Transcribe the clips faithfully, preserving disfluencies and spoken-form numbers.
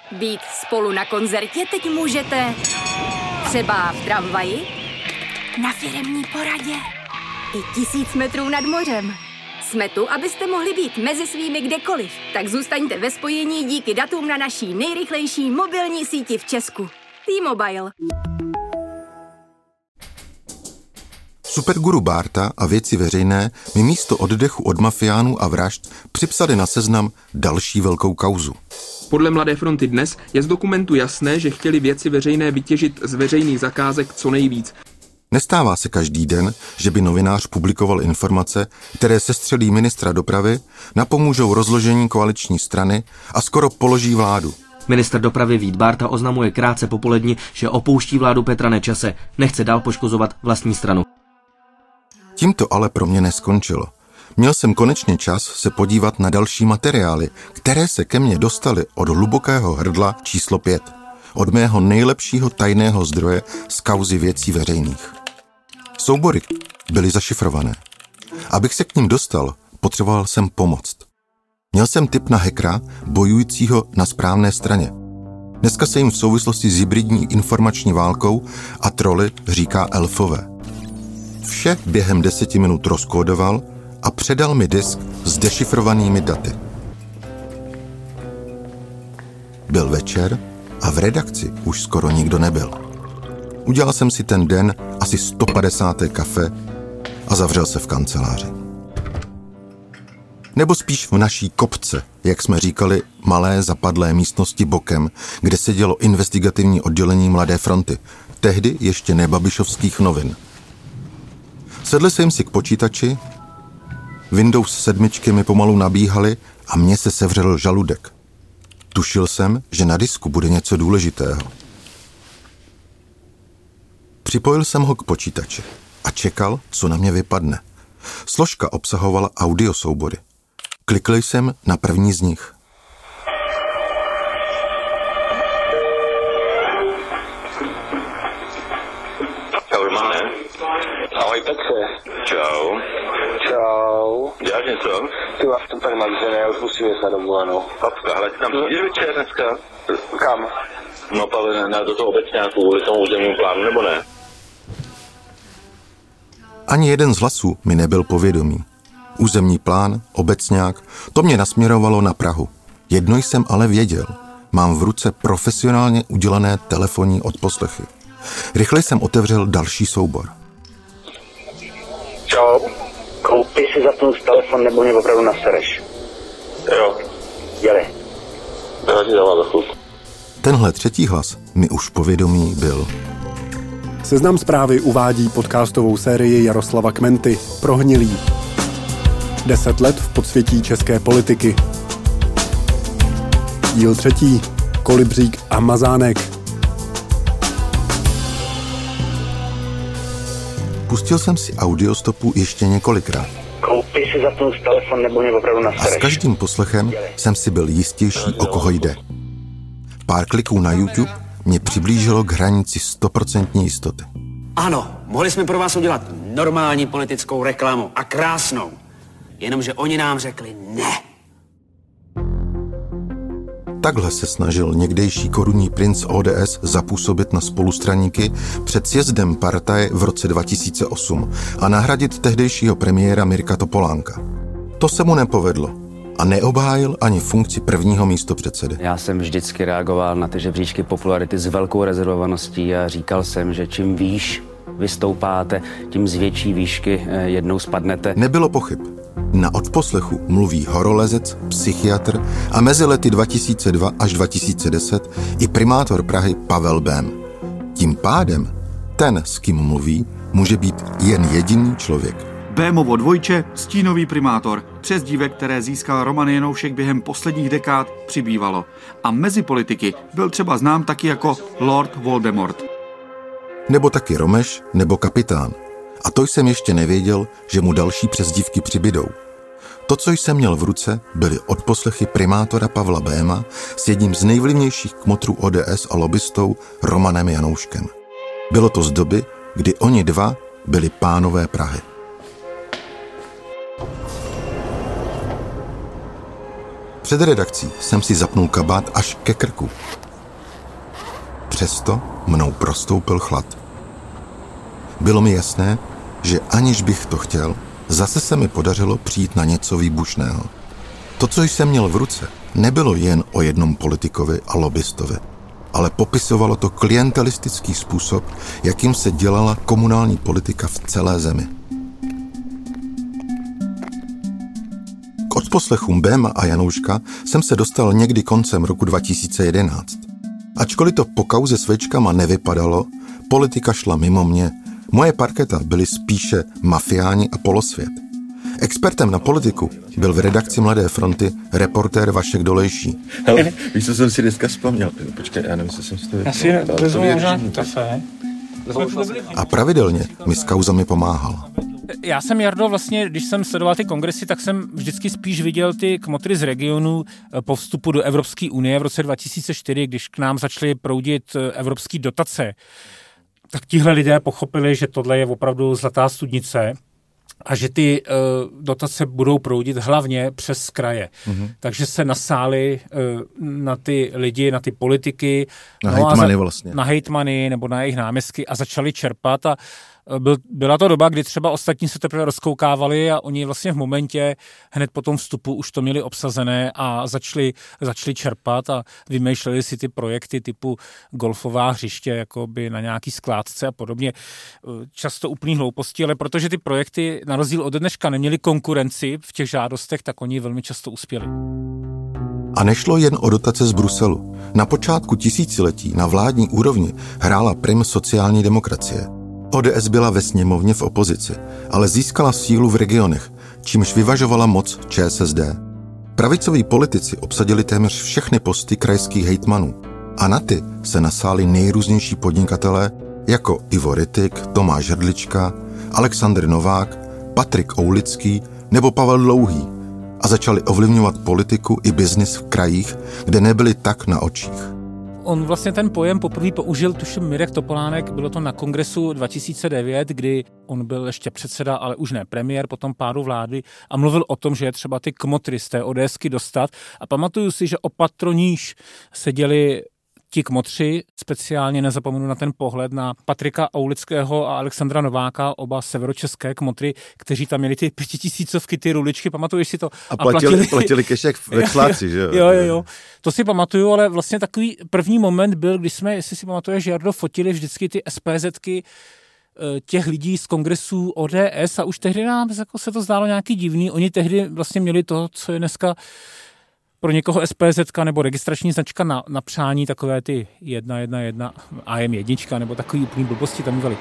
Být spolu na koncertě teď můžete třeba v tramvaji, na firemní poradě i tisíc metrů nad mořem. Jsme tu, abyste mohli být mezi svými kdekoliv. Tak zůstaňte ve spojení díky datům na naší nejrychlejší mobilní síti v Česku. T-Mobile. Superguru Bárta a Věci veřejné mi místo oddechu od mafiánů a vražd připsali na seznam další velkou kauzu. Podle Mladé fronty Dnes je z dokumentu jasné, že chtěli Věci veřejné vytěžit z veřejných zakázek co nejvíc. Nestává se každý den, že by novinář publikoval informace, které sestřelí ministra dopravy, napomůžou rozložení koaliční strany a skoro položí vládu. Ministr dopravy Vít Bárta oznamuje krátce po poledni, že opouští vládu Petra Nečase. Nechce dál poškozovat vlastní stranu. Tím to ale pro mě neskončilo. Měl jsem konečně čas se podívat na další materiály, které se ke mně dostaly od hlubokého hrdla číslo pět. Od mého nejlepšího tajného zdroje z kauzy Věcí veřejných. Soubory byly zašifrované. Abych se k ním dostal, potřeboval jsem pomoct. Měl jsem tip na hackera, bojujícího na správné straně. Dneska se jim v souvislosti s hybridní informační válkou a troly říká elfové. Vše během deseti minut rozkódoval a předal mi disk s dešifrovanými daty. Byl večer a v redakci už skoro nikdo nebyl. Udělal jsem si ten den asi sto padesáté kafe a zavřel se v kanceláři. Nebo spíš v naší kopce, jak jsme říkali, malé zapadlé místnosti bokem, kde sedělo investigativní oddělení Mladé fronty, tehdy ještě nebabišovských novin. Sedl jsem si k počítači, Windows sedm mi pomalu nabíhaly a mně se sevřel žaludek. Tušil jsem, že na disku bude něco důležitého. Připojil jsem ho k počítači a čekal, co na mě vypadne. Složka obsahovala audiosoubory. Klikl jsem na první z nich. Čau, Romane. Ahoj, Petře. Čau. Čau. Děláš něco? Ty máš to tak nabízené, já už musím jít na dovolenou. Papka, ale ty tam přijde večer dneska? Kam? No, Pavel, ne, do toho obecňáku, kvůli tomu územnímu plánu, nebo ne? Ani jeden z hlasů mi nebyl povědomý. Územní plán, obecňák, to mě nasměrovalo na Prahu. Jedno jsem ale věděl. Mám v ruce profesionálně udělané telefonní odposlechy. Rychle jsem otevřel další soubor. Čau. Koupí si zapnout telefon, nebo mě opravdu nasereš. Jo. Jeli. Já ti dávám za chvilku. Tenhle třetí hlas mi už povědomý byl. Seznam Zprávy uvádí podcastovou sérii Jaroslava Kmenty Prohnilý. Deset let v podsvětí české politiky. Díl třetí. Kolibřík a Mazánek. Pustil jsem si audiostopu ještě několikrát. Koupí si zapnout telefon, nebo mě opravdu nasereš. A s každým poslechem jsem si byl jistější, o koho jde. Pár kliků na YouTube mě přiblížilo k hranici stoprocentní jistoty. Ano, mohli jsme pro vás udělat normální politickou reklamu a krásnou. Jenomže oni nám řekli ne. Takhle se snažil někdejší korunní princ O D S zapůsobit na spolustraníky před sjezdem partaje v roce dva tisíce osm a nahradit tehdejšího premiéra Mirka Topolánka. To se mu nepovedlo a neobhájil ani funkci prvního místopředsedy. Já jsem vždycky reagoval na ty žebříčky popularity s velkou rezervovaností a říkal jsem, že čím výš vystoupáte, tím z větší výšky jednou spadnete. Nebylo pochyb. Na odposlechu mluví horolezec, psychiatr a mezi lety dva tisíce dva až dva tisíce deset i primátor Prahy Pavel Bém. Tím pádem ten, s kým mluví, může být jen jediný člověk. Bémovo dvojče, stínový primátor. Přezdívek, které získal Roman Janoušek během posledních dekád, přibývalo. A mezi politiky byl třeba znám taky jako Lord Voldemort. Nebo taky Romeš, nebo Kapitán. A to jsem ještě nevěděl, že mu další přezdívky přibydou. To, co jsem měl v ruce, byly odposlechy primátora Pavla Béma s jedním z nejvlivnějších kmotrů O D S a lobbystou Romanem Janouškem. Bylo to z doby, kdy oni dva byli pánové Prahy. Před redakcí jsem si zapnul kabát až ke krku. Přesto mnou prostoupil chlad. Bylo mi jasné, že aniž bych to chtěl, zase se mi podařilo přijít na něco výbušného. To, co jsem měl v ruce, nebylo jen o jednom politikovi a lobbystovi, ale popisovalo to klientelistický způsob, jakým se dělala komunální politika v celé zemi. K odposlechům Béma a Janouška jsem se dostal někdy koncem roku dva tisíce jedenáct. Ačkoliv to po kauze s Večkama nevypadalo, politika šla mimo mě. Moje parketa byly spíše mafiáni a polosvět. Expertem na politiku byl v redakci Mladé fronty reportér Vašek Dolejší. Hele, víš, co jsem si dneska vzpomněl? Počkej, já nevím, co jsem si to... Já si vezmu možná kafe. A pravidelně mi s kauzami pomáhal. Já jsem, Jardo, vlastně, když jsem sledoval ty kongresy, tak jsem vždycky spíš viděl ty kmotry z regionu po vstupu do Evropské unie v roce dva tisíce čtyři, když k nám začaly proudit evropské dotace. Tak tihle lidé pochopili, že tohle je opravdu zlatá studnice a že ty uh, dotace budou proudit hlavně přes kraje. Mm-hmm. Takže se nasáli uh, na ty lidi, na ty politiky. Na no hejtmany vlastně. Na hejtmany nebo na jejich náměstky a začali čerpat a Byl, byla to doba, kdy třeba ostatní se teprve rozkoukávali a oni vlastně v momentě hned po tom vstupu už to měli obsazené a začali, začali čerpat a vymýšleli si ty projekty typu golfová hřiště jakoby na nějaký skládce a podobně. Často úplný hlouposti, ale protože ty projekty na rozdíl od dneška neměli konkurenci v těch žádostech, tak oni velmi často uspěli. A nešlo jen o dotace z Bruselu. Na počátku tisíciletí na vládní úrovni hrála prim sociální demokracie. O D S byla ve sněmovně v opozici, ale získala sílu v regionech, čímž vyvažovala moc Č S S D. Pravicoví politici obsadili téměř všechny posty krajských hejtmanů a na ty se nasáli nejrůznější podnikatelé jako Ivo Rittig, Tomáš Hrdlička, Alexandr Novák, Patrik Oulický nebo Pavel Dlouhý a začali ovlivňovat politiku i biznis v krajích, kde nebyli tak na očích. On vlastně ten pojem poprvé použil, tuším, Mirek Topolánek, bylo to na kongresu dva tisíce devět, kdy on byl ještě předseda, ale už ne premiér, potom pádu vlády a mluvil o tom, že je třeba ty kmotry z té ODSky dostat. A pamatuju si, že o patroníž seděli ti kmotři, speciálně nezapomenu na ten pohled na Patrika Oulického a Alexandra Nováka, oba severočeské kmotry, kteří tam měli ty pětitisícovky, ty ruličky, pamatuješ si to? A platili, a platili, platili kešek ve Sláci, že jo? Jo, jo, jo. To si pamatuju, ale vlastně takový první moment byl, když jsme, jestli si pamatuješ, Jardo, fotili vždycky ty SPZky těch lidí z kongresů O D S a už tehdy nám jako se to zdálo nějaký divný. Oni tehdy vlastně měli to, co je dneska pro někoho SPZka nebo registrační značka na, na přání, takové ty jedna jedna jedna A M jedna nebo takový úplný blbosti tam mývali.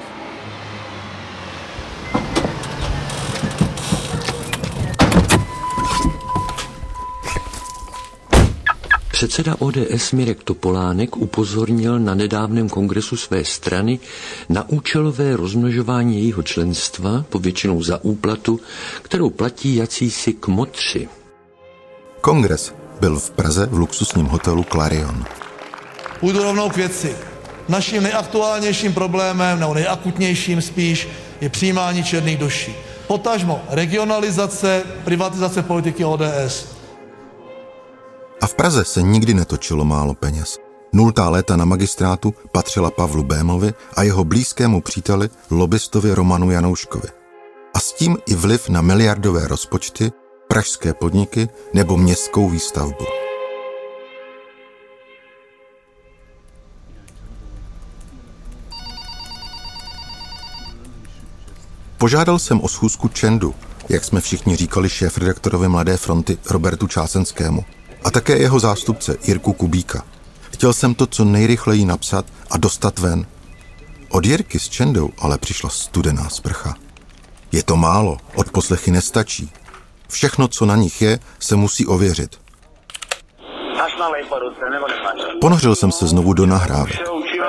Předseda O D S Mirek Topolánek upozornil na nedávném kongresu své strany na účelové rozmnožování jejího členstva, povětšinou za úplatu, kterou platí jacísi kmotři. Kongres byl v Praze v luxusním hotelu Clarion. Půjdu rovnou k věci. Naším nejaktuálnějším problémem, nebo nejakutnějším spíš, je přijímání černých duší. Potažmo regionalizace, privatizace politiky O D S. A v Praze se nikdy netočilo málo peněz. Nultá léta na magistrátu patřila Pavlu Bémovi a jeho blízkému příteli, lobbystovi Romanu Janouškovi. A s tím i vliv na miliardové rozpočty, pražské podniky nebo městskou výstavbu. Požádal jsem o schůzku Čendu, jak jsme všichni říkali šéfredaktorovi Mladé fronty Robertu Čásenskému, a také jeho zástupce Jirku Kubíka. Chtěl jsem to co nejrychleji napsat a dostat ven. Od Jirky s Čendou ale přišla studená sprcha. Je to málo, odposlechy nestačí. Všechno, co na nich je, se musí ověřit. Ponořil jsem se znovu do nahrávek.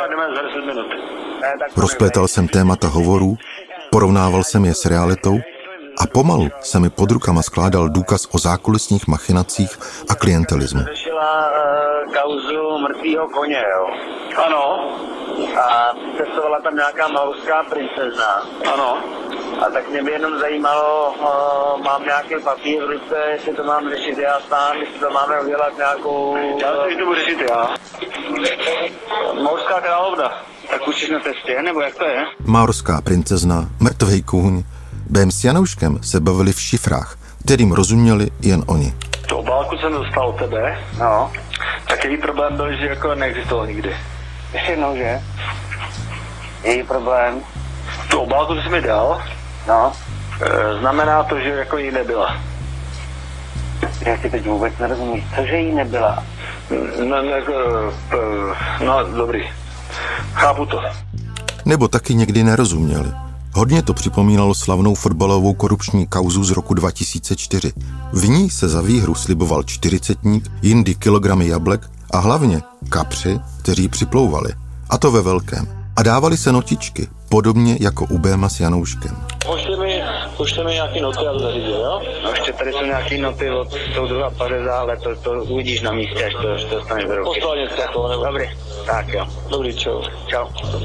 Rozplétal jsem témata hovorů, porovnával jsem je s realitou a pomalu se mi pod rukama skládal důkaz o zákulisních machinacích a klientelismu. Řešila uh, kauzu mrtvýho koně, jo. Ano. A cestovala tam nějaká malská princezna. Ano. A tak mě by jenom zajímalo, uh, mám nějaký papír v ruce, jestli to mám řešit já sám, jestli to máme udělat nějakou... Já to budu řešit já. Morská královna. Tak už jsi na cestě, nebo jak to je? Máorská princezna, mrtvej kůň. Bém s Janouškem se bavili v šifrách, kterým rozuměli jen oni. Tu obálku jsem dostal od tebe, no. Tak její problém byl, že jako neexistoval nikdy. Ještě jednou, že? Její problém? Tu obálku, co jsi mi dal, no. E, znamená to, že jako jí nebyla. Já si teď vůbec nerozumím, cože jí nebyla? No, jako, no, dobrý. Chápu to. Nebo taky někdy nerozuměli. Hodně to připomínalo slavnou fotbalovou korupční kauzu z roku dva tisíce čtyři. V ní se za výhru sliboval čtyřicetník, jindy kilogramy jablek a hlavně kapři, kteří připlouvali. A to ve velkém. A dávali se notičky, podobně jako u Béma s Janouškem. Pošli mi, pošli mi nějaký noty a to zařídil, jo? No ještě tady jsou nějaký noty od soudruha Pařeza, ale to, to uvidíš na místě, až to, až to dostaneš do ruky. Poslal něco takového, nebo? Dobrý, tak jo. Dobrý, čau. Čau.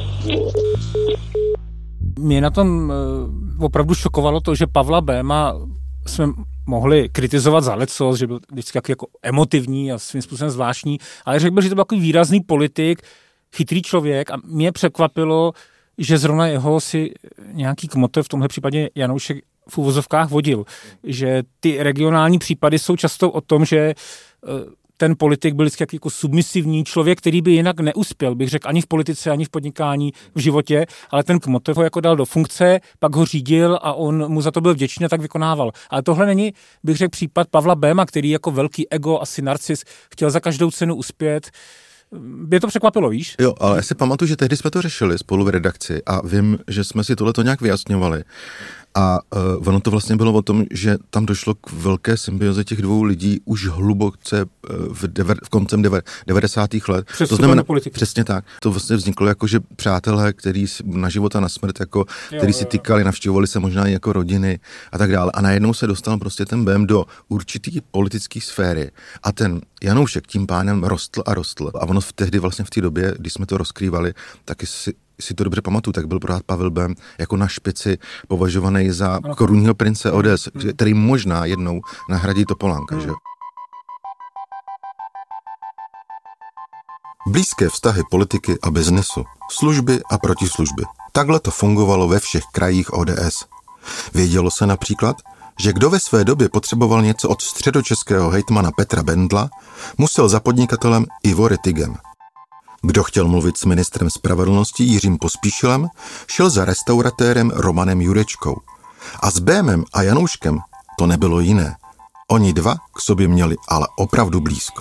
Mě na tom uh, opravdu šokovalo to, že Pavla Béma jsme mohli kritizovat za lecos, že byl vždycky jako emotivní a svým způsobem zvláštní, ale řekl bych, že to byl takový výrazný politik, chytrý člověk a mě překvapilo, že zrovna jeho si nějaký kmotr, v tomhle případě Janoušek, v uvozovkách vodil. Že ty regionální případy jsou často o tom, že ten politik byl vždycky jako submisivní člověk, který by jinak neuspěl, bych řekl, ani v politice, ani v podnikání, v životě, ale ten kmotr ho jako dal do funkce, pak ho řídil a on mu za to byl vděčný a tak vykonával. Ale tohle není, bych řekl, případ Pavla Béma, který jako velký ego, asi narcis, chtěl za každou cenu uspět. Mě to překvapilo, víš? Jo, ale já si pamatuju, že tehdy jsme to řešili spolu v redakci a vím, že jsme si tohle to nějak vyjasňovali. A uh, ono to vlastně bylo o tom, že tam došlo k velké symbioze těch dvou lidí už hluboce uh, v, dever, v koncem dever, devadesátých let. Přes to znamená, přesně tak. To vlastně vzniklo jako, že přátelé, který na život a na smrt, jako, který si tykali, navštěvovali se možná i jako rodiny a tak dále. A najednou se dostal prostě ten Bém do určitý politické sféry. A ten Janoušek tím pánem rostl a rostl. A ono v tehdy vlastně v té době, když jsme to rozkrývali, taky si si to dobře pamatuju, tak byl pořád Pavel Bém jako na špici považovaný za korunního prince O D S, který možná jednou nahradí Topolánka, že? Blízké vztahy politiky a biznesu, služby a protislužby. Takhle to fungovalo ve všech krajích O D S. Vědělo se například, že kdo ve své době potřeboval něco od středočeského hejtmana Petra Bendla, musel za podnikatelem Ivo Rittigem. Kdo chtěl mluvit s ministrem spravedlnosti Jiřím Pospíšilem, šel za restauratérem Romanem Jurečkou. A s Bémem a Janouškem to nebylo jiné. Oni dva k sobě měli ale opravdu blízko.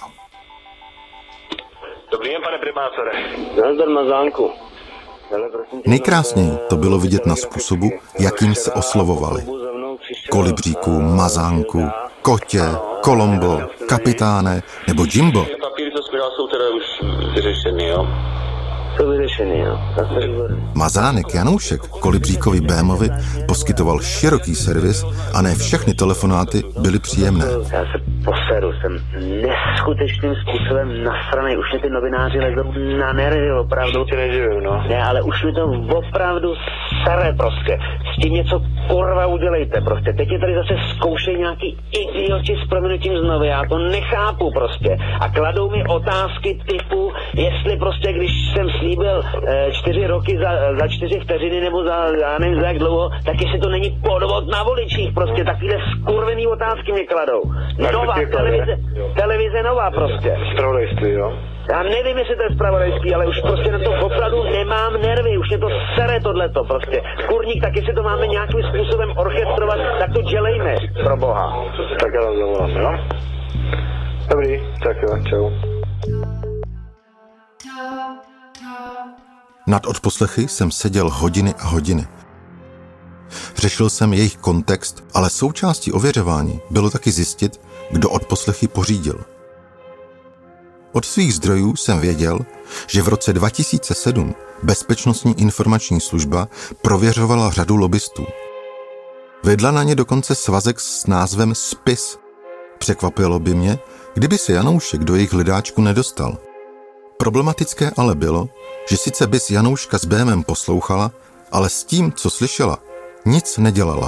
Dobrý den, pane primátore. Nazdar, Mazánku. Nejkrásněji to bylo vidět na způsobu, jakým se oslovovali. Kolibříku, Mazánku, Kotě, Kolombo, Kapitáne nebo Jimbo. Jsou teda už vyřešený, jo? Jsou vyřešený, jo? Mazánek Janoušek Kolibříkovi Bémovi poskytoval široký servis a ne všechny telefonáty byly příjemné. Já se poseru, jsem neskutečným způsobem nasranej. Už mě ty novináři lezou na nervy, opravdu. Tě neživím, no. Ne, ale už mi to opravdu sere prostě. S tím něco kurva udělejte prostě. Teď je tady zase zkoušej nějaký idioti s prominutím znovu. Já to nechápu prostě. A kladou mi otázky typu, jestli prostě, když jsem slíbil e, čtyři roky za, za čtyři vteřiny nebo za, já nevím za jak dlouho, tak jestli to není podvod na voličích prostě. Takovýhle skurvený otázky mi kladou. Nová televize, televize nová prostě. Zpravodajství, jo? Já nevím, jestli to je zpravodajský, ale už prostě na to opravdu nemám nervy, už mě to sere tohleto prostě. Kurník, tak jestli to máme nějakým způsobem orchestrovat, tak to dělejme, pro boha. Tak já vás zavolám, jo? Dobrý, tak jo, čau. Nad odposlechy jsem seděl hodiny a hodiny. Řešil jsem jejich kontext, ale součástí ověřování bylo taky zjistit, kdo odposlechy pořídil. Od svých zdrojů jsem věděl, že v roce dva tisíce sedm Bezpečnostní informační služba prověřovala řadu lobbystů. Vedla na ně dokonce svazek s názvem Spis. Překvapilo by mě, kdyby se Janoušek do jejich hledáčku nedostal. Problematické ale bylo, že sice bys Janouška s Bémem poslouchala, ale s tím, co slyšela, nic nedělala.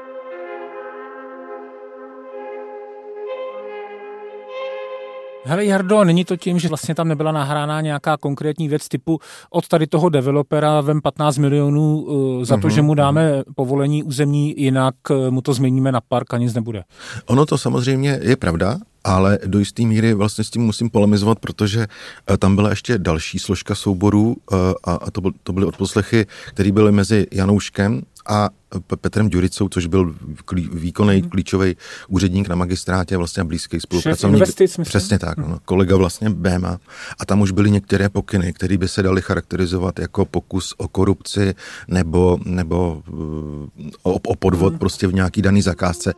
Hele Jardo, není to tím, že vlastně tam nebyla nahrána nějaká konkrétní věc typu od tady toho developera vem patnáct milionů uh, za to, mm-hmm. že mu dáme povolení územní, jinak uh, mu to změníme na park a nic nebude. Ono to samozřejmě je pravda, ale do jisté míry vlastně s tím musím polemizovat, protože tam byla ještě další složka souborů a to, byl, to byly odposlechy, které byly mezi Janouškem a Petrem Ďuricou, což byl klí, výkonný klíčový úředník na magistrátě, vlastně blízký spolupracovník. Investic, Přesně tak, no, kolega vlastně Béma. A tam už byly některé pokyny, které by se daly charakterizovat jako pokus o korupci nebo, nebo o, o podvod hmm. prostě v nějaký daný zakázce.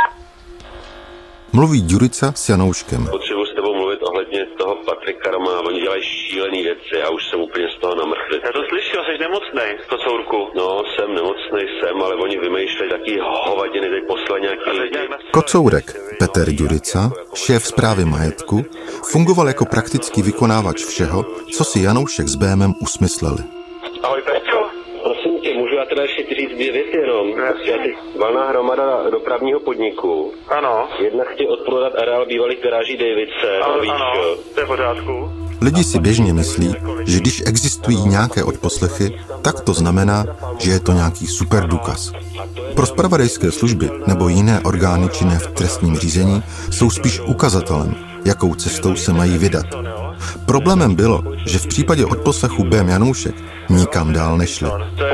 Mluví Ďurica s Janouškem. Potřebuji s tebou mluvit ohledně toho Patrika Romana, oni dělají šílený věci, já už jsem úplně z toho namrchli. Já to slyšel, jsi nemocnej, kocourku. No, jsem nemocnej, jsem, ale oni vymýšlejí taký hovadiny, teď poslali nějaký lidi. Kocourek Petr Ďurica, šéf správy majetku, fungoval jako praktický vykonávač všeho, co si Janoušek s Bémem usmysleli. Ahoj Peťo. Prosím tě, můžu já teda ještě říct dvě věci jenom. Já ty valná hromada dopravního podniku. Ano. Jedna chtějí odprodat areál bývalých garáží Davidse. Ano, ano, to je v pořádku. Lidi si běžně myslí, že když existují nějaké odposlechy, tak to znamená, že je to nějaký super důkaz. Pro zpravodajské služby nebo jiné orgány činné v trestním řízení jsou spíš ukazatelem, jakou cestou se mají vydat. Problémem bylo, že v případě odposlechu Bém Janoušek nikam dál nešli.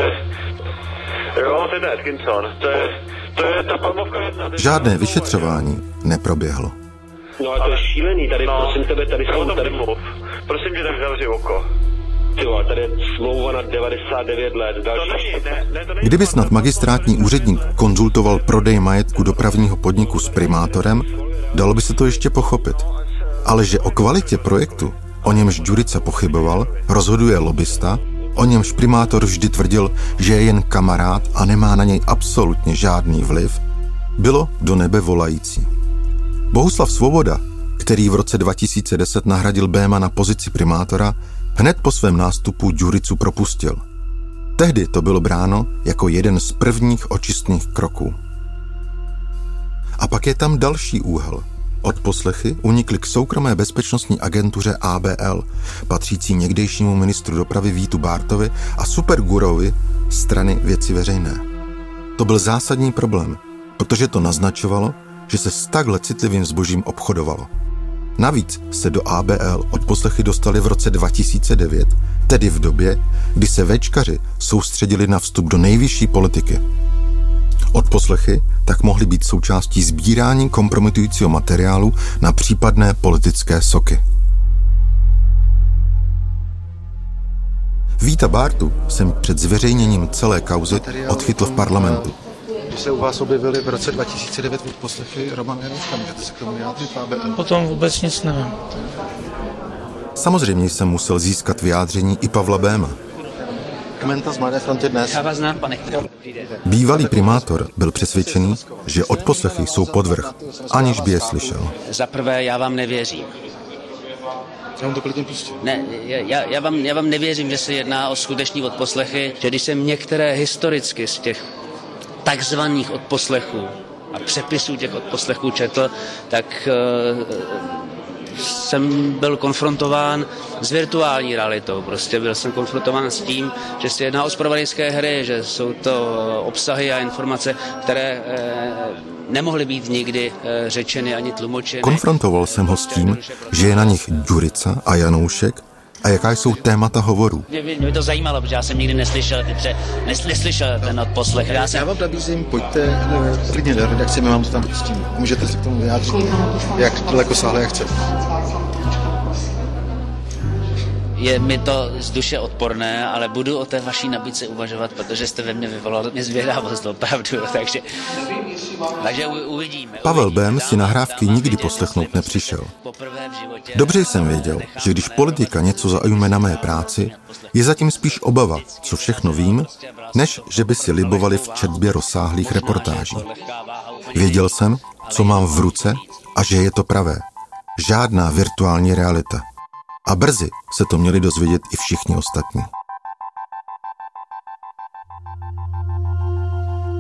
Žádné vyšetřování neproběhlo. No a to je šílený, tady no, prosím tebe, tady jsou tady... Mluv. Prosím tě, tak zavři oko. Tyjo, tady je smlouva na devadesát devět let, další... To není, ne, ne, to není... Kdyby snad magistrátní úředník konzultoval prodej majetku dopravního podniku s primátorem, dalo by se to ještě pochopit. Ale že o kvalitě projektu, o němž Ďurica pochyboval, rozhoduje lobista, o němž primátor vždy tvrdil, že je jen kamarád a nemá na něj absolutně žádný vliv, bylo do nebe volající. Bohuslav Svoboda, který v roce dva tisíce deset nahradil Béma na pozici primátora, hned po svém nástupu Ďuricu propustil. Tehdy to bylo bráno jako jeden z prvních očistných kroků. A pak je tam další úhel. Odposlechy unikly k soukromé bezpečnostní agentuře A B L, patřící někdejšímu ministru dopravy Vítu Bártovi a supergurovi strany Věci veřejné. To byl zásadní problém, protože to naznačovalo, že se s takhle citlivým zbožím obchodovalo. Navíc se do A B L odposlechy dostali v roce dva tisíce devět, tedy v době, kdy se véčkaři soustředili na vstup do nejvyšší politiky. Odposlechy tak mohly být součástí sbírání kompromitujícího materiálu na případné politické soky. Víta Bártu jsem před zveřejněním celé kauzy odchytl v parlamentu. Když se u vás objevili v roce dva tisíce devět odposlechy Romana Janouška, můžete se k tomu vyjádřit? O tom vůbec nic nevím. Samozřejmě jsem musel získat vyjádření i Pavla Béma. Kmenta z Mladé fronty Dnes. Já vás znám, pane. Bývalý primátor byl přesvědčený, že odposlechy jsou podvrh, aniž by je slyšel. Za prvé, já vám nevěřím. Já vám to klidně pustím. Ne, já, já, vám, já vám nevěřím, že se jedná o skutečný odposlechy, že když jsem některé historicky z těch takzvaných odposlechů a přepisů těch odposlechů četl, tak uh, jsem byl konfrontován s virtuální realitou. Prostě byl jsem konfrontován s tím, že se jedná o zpravodajské hry, že jsou to obsahy a informace, které uh, nemohly být nikdy uh, řečeny ani tlumočeny. Konfrontoval jsem ho s tím, že je na nich Ďurica a Janoušek a jaká jsou témata hovorů. Mě, mě to zajímalo, protože já jsem nikdy neslyšel, ty nes, neslyšel ten odposlech. Já, jsem... já vám nabízím, pojďte klidně do redakce, my vám to tam pustíme. Můžete se k tomu vyjádřit, jak daleko sáhle, jak chcete. Je mi to z duše odporné, ale budu o té vaší nabídce uvažovat, protože jste ve mně vyvolal mě zvědavost, opravdu, takže, takže uvidíme. Pavel Bém si nahrávky nikdy poslechnout nepřišel. Dobře jsem věděl, že když politika něco zaujme na mé práci, je zatím spíš obava, co všechno vím, než že by si libovali v četbě rozsáhlých reportáží. Věděl jsem, co mám v ruce a že je to pravé. Žádná virtuální realita. A brzy se to měli dozvědět i všichni ostatní.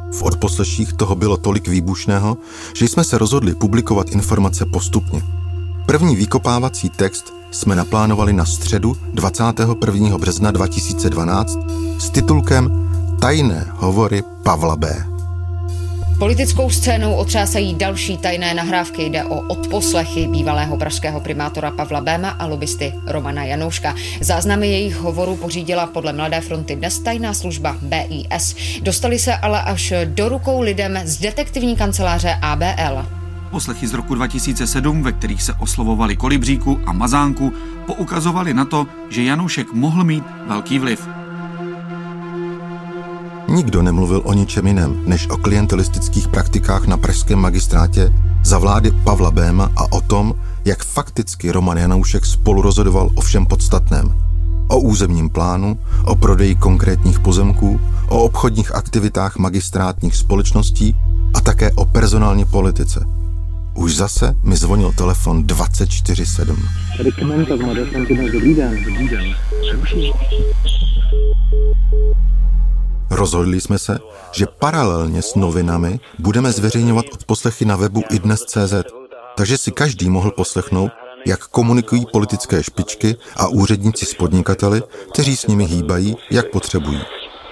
V odposleších toho bylo tolik výbušného, že jsme se rozhodli publikovat informace postupně. První vykopávací text jsme naplánovali na středu dvacátého prvního března dva tisíce dvanáct s titulkem Tajné hovory Pavla B. Politickou scénou otřásají další tajné nahrávky. Jde o odposlechy bývalého pražského primátora Pavla Béma a lobbysty Romana Janouška. Záznamy jejich hovorů pořídila podle Mladé fronty dnes tajná služba B I S. Dostali se ale až do rukou lidem z detektivní kanceláře A B L. Poslechy z roku dva tisíce sedm, ve kterých se oslovovali Kolibříku a Mazánku, poukazovali na to, že Janoušek mohl mít velký vliv. Nikdo nemluvil o ničem jiném, než o klientelistických praktikách na pražském magistrátě za vlády Pavla Béma a o tom, jak fakticky Roman Janoušek spolu rozhodoval o všem podstatném. O územním plánu, o prodeji konkrétních pozemků, o obchodních aktivitách magistrátních společností a také o personální politice. Už zase mi zvonil telefon dvacet čtyři sedm. Tady Kmenta z Mladé fronty dnes. Dobrý den. Dobrý den. Rozhodli jsme se, že paralelně s novinami budeme zveřejňovat odposlechy na webu i dnes tečka cé zet, takže si každý mohl poslechnout, jak komunikují politické špičky a úředníci s podnikateli, kteří s nimi hýbají, jak potřebují.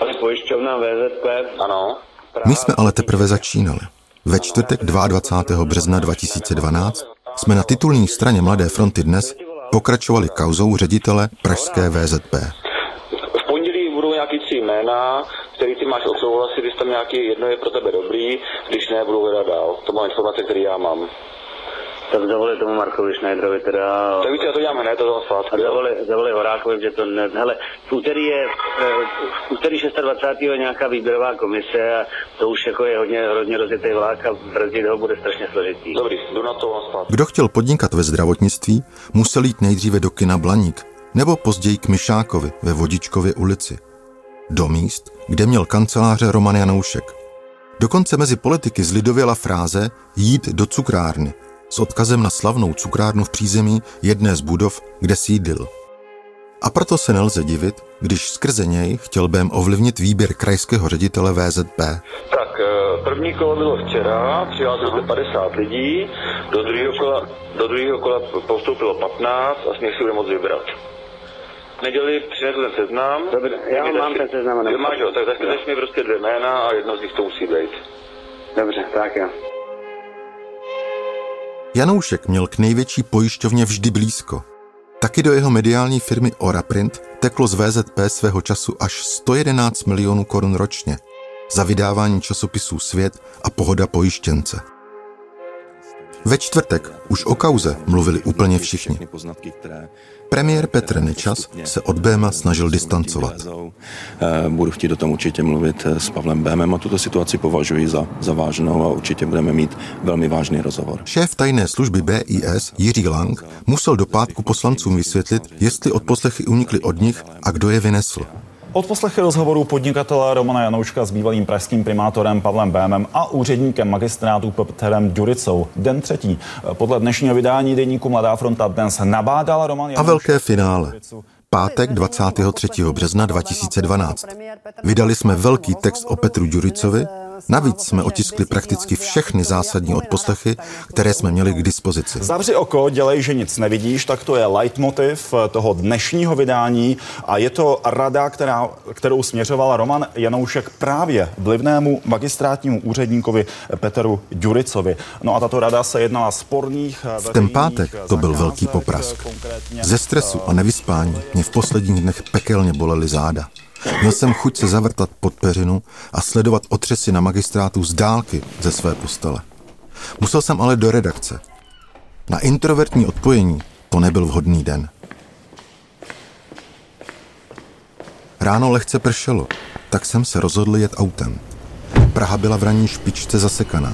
My jsme ale teprve začínali. Ve čtvrtek dvacátého druhého března dva tisíce dvanáct jsme na titulní straně Mladé fronty dnes pokračovali kauzou ředitele pražské V Z P. V pondělí budou nějaký tři jména, který ty máš odsouhlasit, když tam nějaký jedno je pro tebe dobrý, když ne, budu hledat dál. To má informace, které já mám. Tak zavoli tomu Markovi Schneiderovi teda... Tak víte, já to dělám hned, to toho svátku. A zavoli, zavoli Horákovi, že to ne... Hele, v úterý je, v úterý dvacátého šestého je nějaká výběrová komise a to už jako je hodně, hodně rozjetý vlák a brzdit ho bude strašně složitý. Dobrý, jdu na to svátku. Kdo chtěl podnikat ve zdravotnictví, musel jít nejdříve do kina Blaník, nebo později k Myšákovi ve Vodičkově ulici. Do míst, kde měl kanceláře Roman Janoušek. Dokonce mezi politiky zlidověla fráze jít do cukrárny, s odkazem na slavnou cukrárnu v přízemí jedné z budov, kde sídlil. A proto se nelze divit, když skrze něj chtěl Bém ovlivnit výběr krajského ředitele V Z P. Tak, první kolo bylo včera, přihlásilo se padesát lidí, do druhého kola, do druhého kola postoupilo patnáct a z nich si bude moct vybrat. V neděli přinesl ten seznam. Dobře, já mám ten seznam. Jo, máš ho, tak zašli mi prostě dvě jména a jedno z nich to musí být. Dobře, tak jo. Janoušek měl k největší pojišťovně vždy blízko. Taky do jeho mediální firmy Oraprint teklo z V Z P svého času až sto jedenáct milionů korun ročně za vydávání časopisů Svět a Pohoda pojištěnce. Ve čtvrtek už o kauze mluvili úplně všichni. Premiér Petr Nečas se od Béma snažil distancovat. Budu chtít o tom určitě mluvit s Pavlem Bémem a tuto situaci považuji za, za vážnou a určitě budeme mít velmi vážný rozhovor. Šéf tajné služby B I S Jiří Lang musel do pátku poslancům vysvětlit, jestli odposlechy unikly od nich a kdo je vynesl. Odposlechy rozhovoru podnikatele Romana Janouška s bývalým pražským primátorem Pavlem Bémem a úředníkem magistrátu Petrem Ďuricou. Den třetí. Podle dnešního vydání deníku Mladá fronta dnes nabádal Roman Janoušek... A velké finále. Pátek dvacátého třetího března dva tisíce dvanáct. Vydali jsme velký text o Petru Ďuricovi, navíc jsme otiskli prakticky všechny zásadní odposlechy, které jsme měli k dispozici. Zavři oko, dělej, že nic nevidíš, tak to je leitmotiv toho dnešního vydání a je to rada, která, kterou směřoval Roman Janoušek právě vlivnému magistrátnímu úředníkovi Petru Ďuricovi. No a tato rada se jednala sporných... V ten pátek to byl velký poprask. Ze stresu a nevyspání mě v posledních dnech pekelně bolely záda. Měl jsem chuť se zavrtat pod peřinu a sledovat otřesy na magistrátu z dálky ze své postele. Musel jsem ale do redakce. Na introvertní odpojení to nebyl vhodný den. Ráno lehce pršelo, tak jsem se rozhodl jet autem. Praha byla v ranní špičce zasekaná.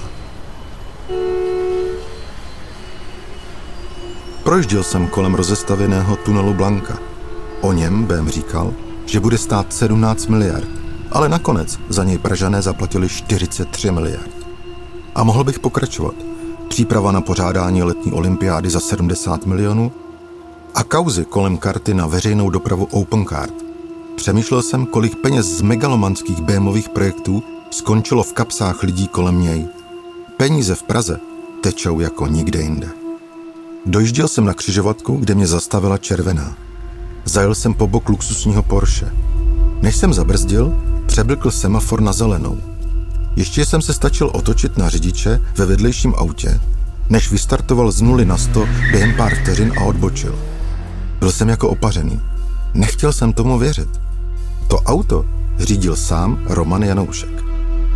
Projížděl jsem kolem rozestavěného tunelu Blanka. O něm Bém říkal, že bude stát sedmnáct miliard, ale nakonec za něj Pražané zaplatili čtyřicet tři miliard. A mohl bych pokračovat. Příprava na pořádání letní olympiády za sedmdesát milionů a kauzy kolem karty na veřejnou dopravu Opencard. Přemýšlel jsem, kolik peněz z megalomanských Bémových projektů skončilo v kapsách lidí kolem něj. Peníze v Praze tečou jako nikde jinde. Dojížděl jsem na křižovatku, kde mě zastavila červená. Zajel jsem po bok luxusního Porsche. Než jsem zabrzdil, přeblkl semafor na zelenou. Ještě jsem se stačil otočit na řidiče ve vedlejším autě, než vystartoval z nuly na sto během pár vteřin a odbočil. Byl jsem jako opařený. Nechtěl jsem tomu věřit. To auto řídil sám Roman Janoušek.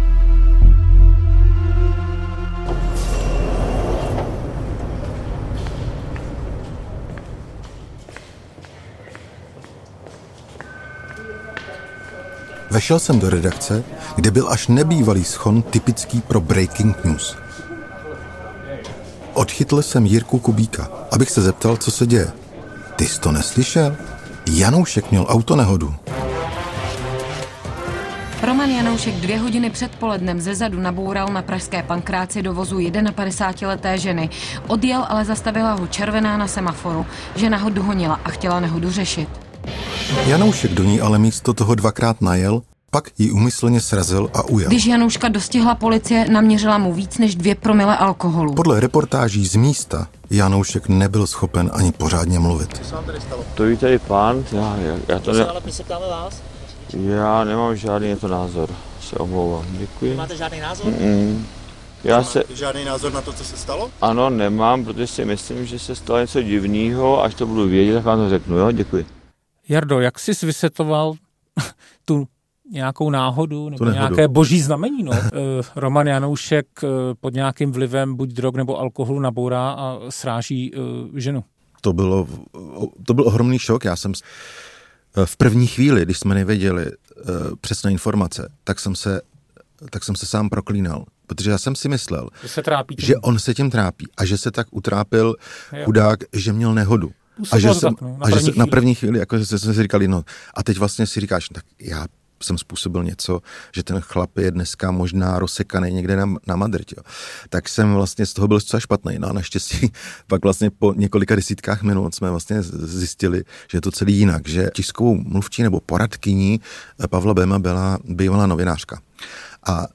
Vešel jsem do redakce, kde byl až nebývalý schon typický pro breaking news. Odchytl jsem Jirku Kubíka, abych se zeptal, co se děje. Ty jsi to neslyšel? Janoušek měl autonehodu. Roman Janoušek dvě hodiny před polednem zezadu naboural na pražské Pankráci do vozu padesátijednoleté ženy. Odjel, ale zastavila ho červená na semaforu. Žena ho dohonila a chtěla nehodu řešit. Janoušek do ní ale místo toho dvakrát najel, pak ji úmyslně srazil a ujel. Když Janouška dostihla policie, naměřila mu víc než dvě promile alkoholu. Podle reportáží z místa Janoušek nebyl schopen ani pořádně mluvit. Co se vám tady stalo? To ví tady pán, já, já, já to ne... Ale my se ptáme vás? Já nemám žádný to názor, se omlouvám, děkuji. Máte žádný názor? Mm-mm. Já se... Máte žádný názor na to, co se stalo? Ano, nemám, protože si myslím, že se stalo něco divného, až to budu vědět, tak vám to řeknu, jo, děkuji. Jardo, jak jsi vysvětloval tu nějakou náhodu nebo nějaké boží znamení? No? Roman Janoušek pod nějakým vlivem buď drog nebo alkoholu nabourá a sráží ženu. To bylo, to byl ohromný šok. Já jsem v první chvíli, když jsme nevěděli přesné informace, tak jsem se, tak jsem se sám proklínal. Protože já jsem si myslel, že, se trápí že on se tím trápí a že se tak utrápil chudák, že měl nehodu. A že, jsem, no, na, a že se, na první chvíli, jako jsme si říkali, no a teď vlastně si říkáš, tak já jsem způsobil něco, že ten chlap je dneska možná rozsekaný někde na, na Madrid, jo. Tak jsem vlastně z toho byl docela špatný. No a naštěstí pak vlastně po několika desítkách minut jsme vlastně zjistili, že je to celý jinak, že tiskovou mluvčí nebo poradkyní Pavla Béma byla bývalá novinářka. A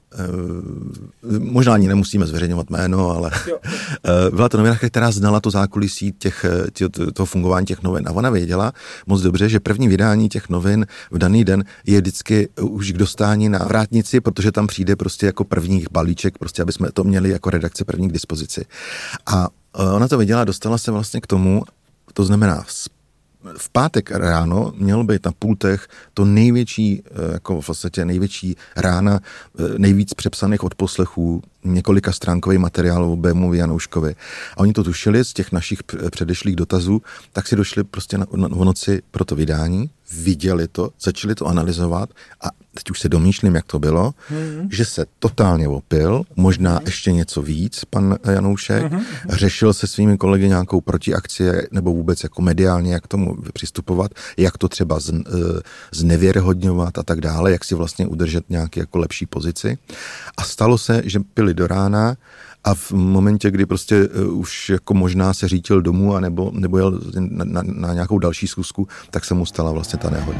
e, možná ani nemusíme zveřejňovat jméno, ale e, byla to novinářka, která znala to zákulisí těch, tě, toho fungování těch novin. A ona věděla moc dobře, že první vydání těch novin v daný den je vždycky už k dostání na vrátnici, protože tam přijde prostě jako první balíček, prostě aby jsme to měli jako redakce první k dispozici. A e, ona to věděla, dostala se vlastně k tomu, to znamená v pátek ráno mělo být na pultech to největší, jako v podstatě největší rána, nejvíc přepsaných odposlechů, několika stránkový materiál o Bémovi Janouškovi. A oni to tušili z těch našich předešlých dotazů, tak si došli prostě na, na, v noci pro to vydání, viděli to, začali to analyzovat a teď už se domýšlím, jak to bylo, mm-hmm. že se totálně opil, možná mm-hmm. ještě něco víc, pan Janoušek, mm-hmm. řešil se svými kolegy nějakou protiakci nebo vůbec jako mediálně, jak tomu přistupovat, jak to třeba z, znevěrohodňovat a tak dále, jak si vlastně udržet nějaký jako lepší pozici. A stalo se, že pili do rána a v momentě, kdy prostě už jako možná se řítil domů a nebo, nebo jel na, na, na nějakou další schůzku, tak se mu stala vlastně ta nehoda.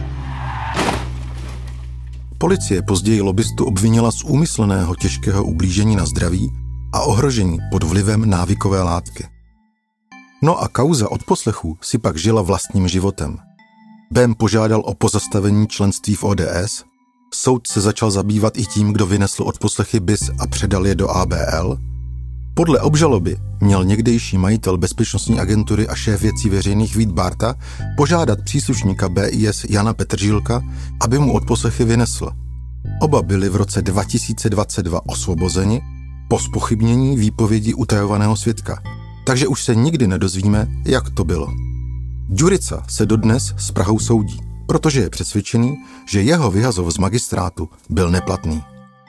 Policie později lobistu obvinila z úmyslného těžkého ublížení na zdraví a ohrožení pod vlivem návykové látky. No a kauza odposlechů si pak žila vlastním životem. Bém požádal o pozastavení členství v O D S, soud se začal zabývat i tím, kdo vynesl odposlechy B I S a předal je do A B L. Podle obžaloby měl někdejší majitel bezpečnostní agentury a šéf věcí veřejných Vít Bárta požádat příslušníka B I S Jana Petržílka, aby mu odposlechy vynesl. Oba byli v roce dva tisíce dvacet dva osvobozeni po zpochybnění výpovědi utajovaného svědka. Takže už se nikdy nedozvíme, jak to bylo. Ďurica se dodnes s Prahou soudí, protože je přesvědčený, že jeho vyhazov z magistrátu byl neplatný.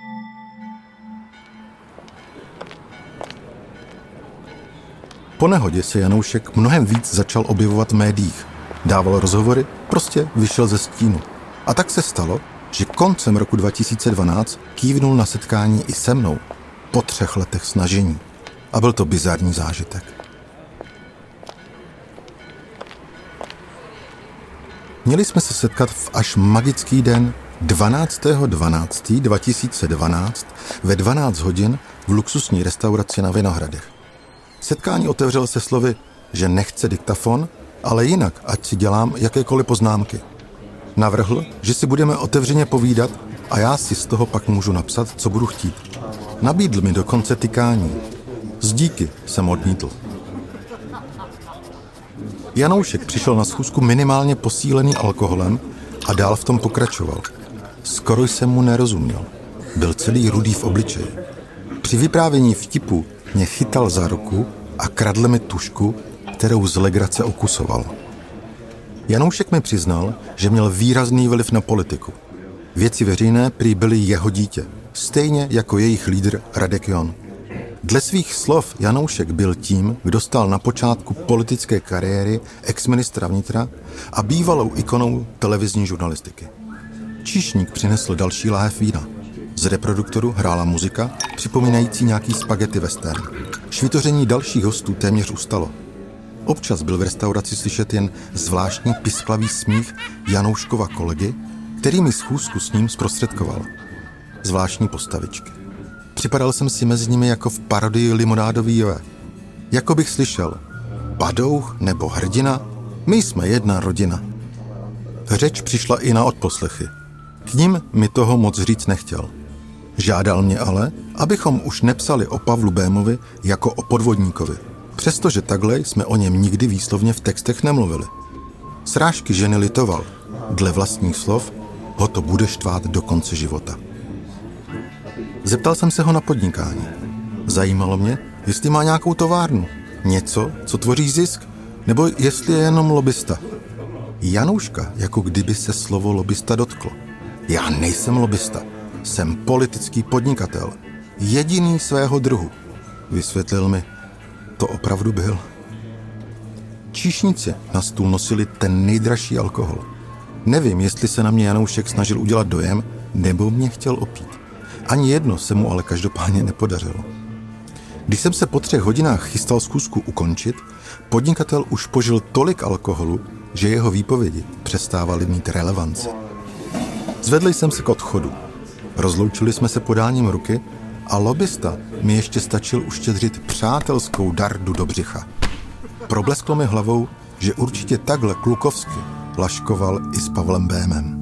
Po nehodě se Janoušek mnohem víc začal objevovat v médiích. Dával rozhovory, prostě vyšel ze stínu. A tak se stalo, že koncem roku dva tisíce dvanáct kývnul na setkání i se mnou po třech letech snažení. A byl to bizarní zážitek. Měli jsme se setkat v až magický den dvanáctého dvanáctého dva tisíce dvanáct ve dvanáct hodin v luxusní restauraci na Vinohradech. Setkání otevřel se slovy, že nechce diktafon, ale jinak, ať si dělám jakékoliv poznámky. Navrhl, že si budeme otevřeně povídat a já si z toho pak můžu napsat, co budu chtít. Nabídl mi dokonce tykání. Z díky jsem odmítl. Janoušek přišel na schůzku minimálně posílený alkoholem a dál v tom pokračoval. Skoro jsem mu nerozuměl. Byl celý rudý v obličeji. Při vyprávění vtipu mě chytal za ruku a kradl mi tužku, kterou z legrace okusoval. Janoušek mi přiznal, že měl výrazný vliv na politiku. Věci veřejné prý byly jeho dítě, stejně jako jejich lídr Radek Jon. Dle svých slov Janoušek byl tím, kdo stal na počátku politické kariéry exministra vnitra a bývalou ikonou televizní žurnalistiky. Číšník přinesl další láhev vína. Z reproduktoru hrála muzika, připomínající nějaký spaghetti western. Švitoření dalších hostů téměř ustalo. Občas byl v restauraci slyšet jen zvláštní pisklavý smích Janouškova kolegy, který mi schůzku s ním zprostředkoval. Zvláštní postavičky. Připadal jsem si mezi nimi jako v parodii Limonádový Joe. Jako bych slyšel Badouch nebo hrdina, my jsme jedna rodina. Řeč přišla i na odposlechy. K nim mi toho moc říct nechtěl. Žádal mě ale, abychom už nepsali o Pavlu Bémovi jako o podvodníkovi, přestože takhle jsme o něm nikdy výslovně v textech nemluvili. Srážky ženy litoval, dle vlastních slov, ho to bude štvát do konce života. Zeptal jsem se ho na podnikání. Zajímalo mě, jestli má nějakou továrnu, něco, co tvoří zisk, nebo jestli je jenom lobista. Janouška, jako kdyby se slovo lobista dotklo. Já nejsem lobista, jsem politický podnikatel, jediný svého druhu. Vysvětlil mi, to opravdu byl. Číšníci na stůl nosili ten nejdražší alkohol. Nevím, jestli se na mě Janoušek snažil udělat dojem, nebo mě chtěl opít. Ani jedno se mu ale každopádně nepodařilo. Když jsem se po třech hodinách chystal schůzku ukončit, podnikatel už požil tolik alkoholu, že jeho výpovědi přestávaly mít relevanci. Zvedl jsem se k odchodu. Rozloučili jsme se podáním ruky a lobista mi ještě stačil uštědřit přátelskou dardu do břicha. Problesklo mi hlavou, že určitě takhle klukovsky laškoval i s Pavlem Bémem.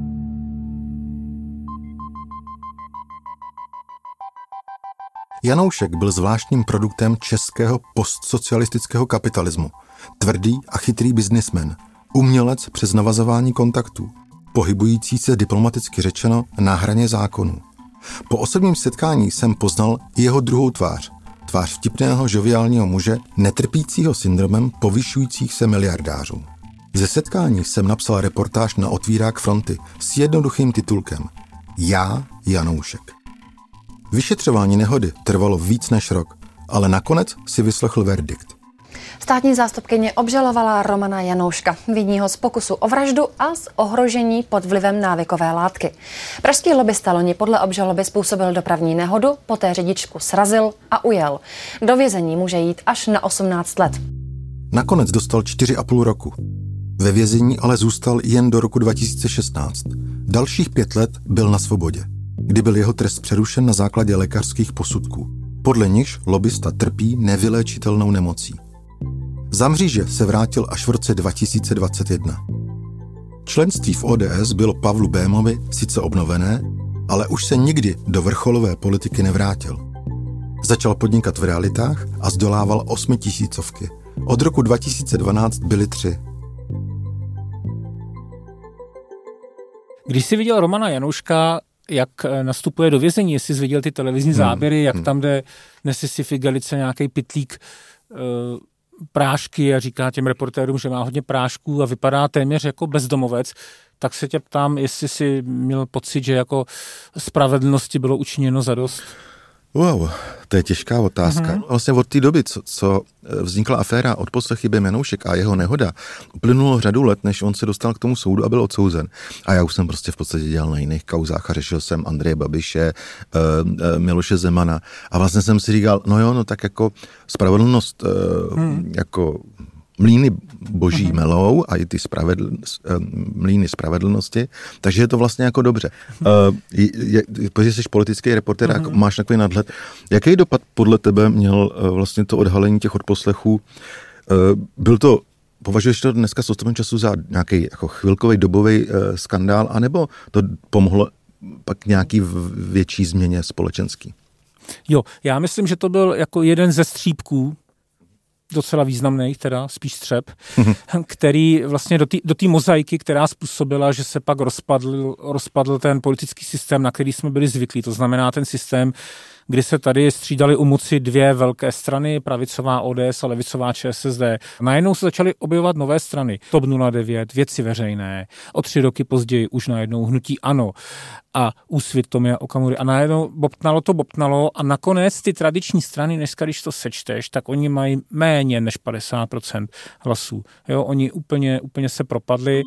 Janoušek byl zvláštním produktem českého postsocialistického kapitalismu. Tvrdý a chytrý biznismen, umělec přes navazování kontaktů, pohybující se diplomaticky řečeno na hraně zákonů. Po osobním setkání jsem poznal i jeho druhou tvář, tvář vtipného žoviálního muže, netrpícího syndromem povyšujících se miliardářů. Ze setkání jsem napsal reportáž na Otvírák fronty s jednoduchým titulkem Já, Janoušek. Vyšetřování nehody trvalo víc než rok, ale nakonec si vyslechl verdikt. Státní zástupkyně obžalovala Romana Janouška, viní ho z pokusu o vraždu a z ohrožení pod vlivem návykové látky. Pražský lobista loni podle obžaloby způsobil dopravní nehodu, poté řidičku srazil a ujel. Do vězení může jít až na osmnáct let. Nakonec dostal čtyři a půl roku. Ve vězení ale zůstal jen do roku dva tisíce šestnáct. Dalších pět let byl na svobodě, kdy byl jeho trest přerušen na základě lékařských posudků. Podle nichž lobista trpí nevyléčitelnou nemocí. Za mříže se vrátil až v roce dva tisíce dvacet jedna. Členství v O D S bylo Pavlu Bémovi sice obnovené, ale už se nikdy do vrcholové politiky nevrátil. Začal podnikat v realitách a zdolával osmitisícovky. Od roku dva tisíce dvanáct byly tři. Když jsi viděl Romana Janouška, jak nastupuje do vězení, jestli jsi viděl ty televizní záběry, hmm. jak hmm. tam jde, nese si v igelice nějaký pytlík uh, prášky a říká těm reportérům, že má hodně prášků a vypadá téměř jako bezdomovec, tak se tě ptám, jestli jsi měl pocit, že jako spravedlnosti bylo učiněno zadost? Wow, to je těžká otázka. Mm-hmm. Vlastně od té doby, co, co vznikla aféra odposlechy Bém Janoušek a jeho nehoda, uplynulo řadu let, než on se dostal k tomu soudu a byl odsouzen. A já už jsem prostě v podstatě dělal na jiných kauzách a řešil jsem Andreje Babiše, uh, uh, Miloše Zemana. A vlastně jsem si říkal, no jo, no tak jako spravedlnost uh, hmm. jako mlýny boží melou a i ty spravedl, mlýny spravedlnosti, takže je to vlastně jako dobře. Uh, protože jsi politický reportér, mm-hmm. jak máš takový nadhled. Jaký dopad podle tebe měl uh, vlastně to odhalení těch odposlechů? Uh, byl to, považuješ to dneska s odstupem času za nějaký jako chvilkový dobový uh, skandál, anebo to pomohlo pak nějaký větší změně společenský? Jo, já myslím, že to byl jako jeden ze střípků, docela významný, teda spíš střep, mm-hmm. který vlastně do té do té mozaiky, která způsobila, že se pak rozpadl, rozpadl ten politický systém, na který jsme byli zvyklí. To znamená ten systém, kdy se tady střídaly u moci dvě velké strany, pravicová O D S a levicová Č S S D. Najednou se začaly objevovat nové strany. T O P nula devět, Věci veřejné, o tři roky později už najednou hnutí ANO a Úsvit Tomia Okamury. A najednou bobtnalo to, bobtnalo a nakonec ty tradiční strany, dneska když to sečteš, tak oni mají méně než padesát procent hlasů. Jo, oni úplně, úplně se propadli.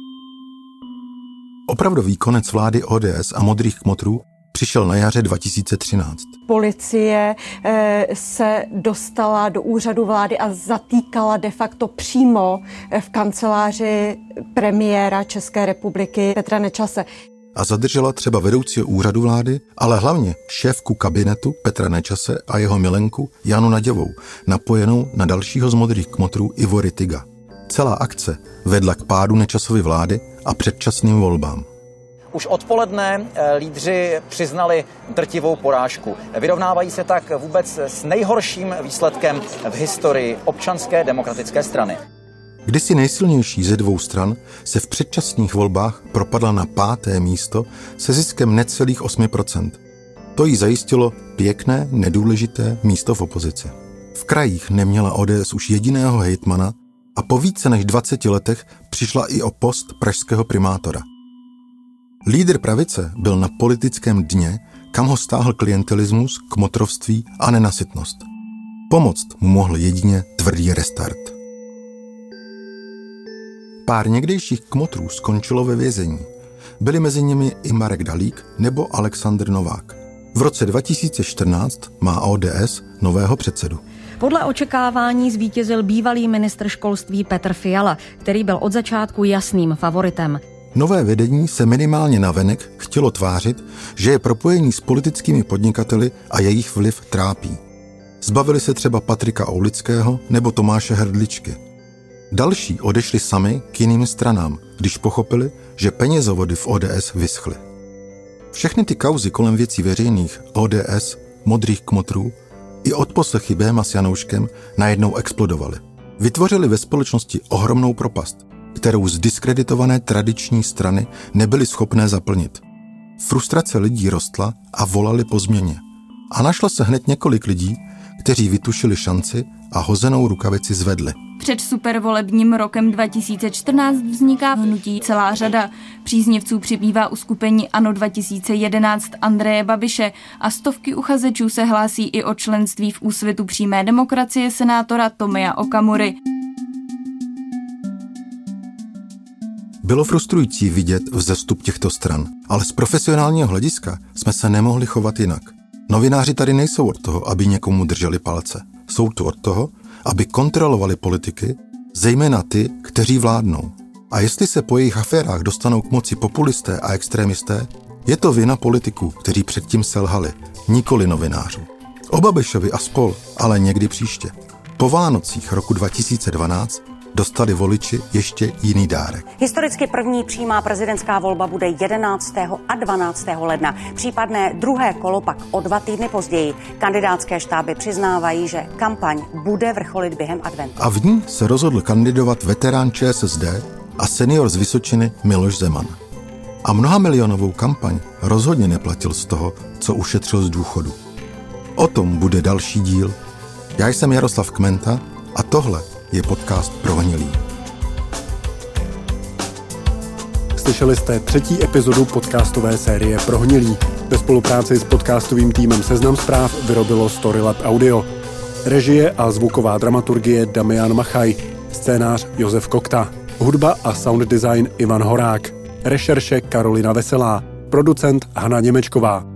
Opravdový konec vlády O D S a modrých kmotrů přišel na jaře dva tisíce třináct. Policie se dostala do úřadu vlády a zatýkala de facto přímo v kanceláři premiéra České republiky Petra Nečase. A zadržela třeba vedoucího úřadu vlády, ale hlavně šéfku kabinetu Petra Nečase a jeho milenku Janu Naďovou, napojenou na dalšího z modrých kmotrů Ivo Rittiga. Celá akce vedla k pádu Nečasovy vlády a předčasným volbám. Už odpoledne lídři přiznali drtivou porážku. Vyrovnávají se tak vůbec s nejhorším výsledkem v historii Občanské demokratické strany. Kdysi nejsilnější ze dvou stran se v předčasných volbách propadla na páté místo se ziskem necelých osmi procent. To jí zajistilo pěkné, nedůležité místo v opozici. V krajích neměla O D S už jediného hejtmana a po více než dvaceti letech přišla i o post pražského primátora. Lídr pravice byl na politickém dně, kam ho stáhl klientelismus, kmotrovství a nenasytnost. Pomoct mu mohl jedině tvrdý restart. Pár někdejších kmotrů skončilo ve vězení. Byli mezi nimi i Marek Dalík nebo Alexandr Novák. V roce dva tisíce čtrnáct má O D S nového předsedu. Podle očekávání zvítězil bývalý ministr školství Petr Fiala, který byl od začátku jasným favoritem. Nové vedení se minimálně navenek chtělo tvářit, že je propojení s politickými podnikateli a jejich vliv trápí. Zbavili se třeba Patrika Oulického nebo Tomáše Hrdličky. Další odešli sami k jiným stranám, když pochopili, že penězovody v O D S vyschly. Všechny ty kauzy kolem věcí veřejných, O D S, modrých kmotrů i odposlechy Béma s Janouškem najednou explodovaly. Vytvořili ve společnosti ohromnou propast, kterou zdiskreditované tradiční strany nebyly schopné zaplnit. Frustrace lidí rostla a volali po změně. A našlo se hned několik lidí, kteří vytušili šanci a hozenou rukavici zvedli. Před supervolebním rokem dva tisíce čtrnáct vzniká hnutí celá řada. Příznivců přibývá uskupení ANO dva tisíce jedenáct Andreje Babiše a stovky uchazečů se hlásí i o členství v Úsvitu přímé demokracie senátora Tomia Okamury. Bylo frustrující vidět vzestup těchto stran, ale z profesionálního hlediska jsme se nemohli chovat jinak. Novináři tady nejsou od toho, aby někomu drželi palce. Jsou tu od toho, aby kontrolovali politiky, zejména ty, kteří vládnou. A jestli se po jejich aférách dostanou k moci populisté a extrémisté, je to vina politiků, kteří předtím selhali, nikoli novinářů. O Babišovi a spol, ale někdy příště. Po Vánocích roku dva tisíce dvanáct dostali voliči ještě jiný dárek. Historicky první přímá prezidentská volba bude jedenáctého a dvanáctého ledna. Případné druhé kolo pak o dva týdny později. Kandidátské štáby přiznávají, že kampaň bude vrcholit během adventu. A v ní se rozhodl kandidovat veterán Č S S D a senior z Vysočiny Miloš Zeman. A mnohamilionovou kampaň rozhodně neplatil z toho, co ušetřil z důchodu. O tom bude další díl. Já jsem Jaroslav Kmenta a tohle je podcast Prohnilý. Slyšeli jste třetí epizodu podcastové série Prohnilý. Ve spolupráci s podcastovým týmem Seznam Zpráv vyrobilo Storylab Audio. Režie a zvuková dramaturgie Damian Machaj. Scénář Josef Kokta. Hudba a sound design Ivan Horák. Rešerše Karolina Veselá. Producent Hana Němečková.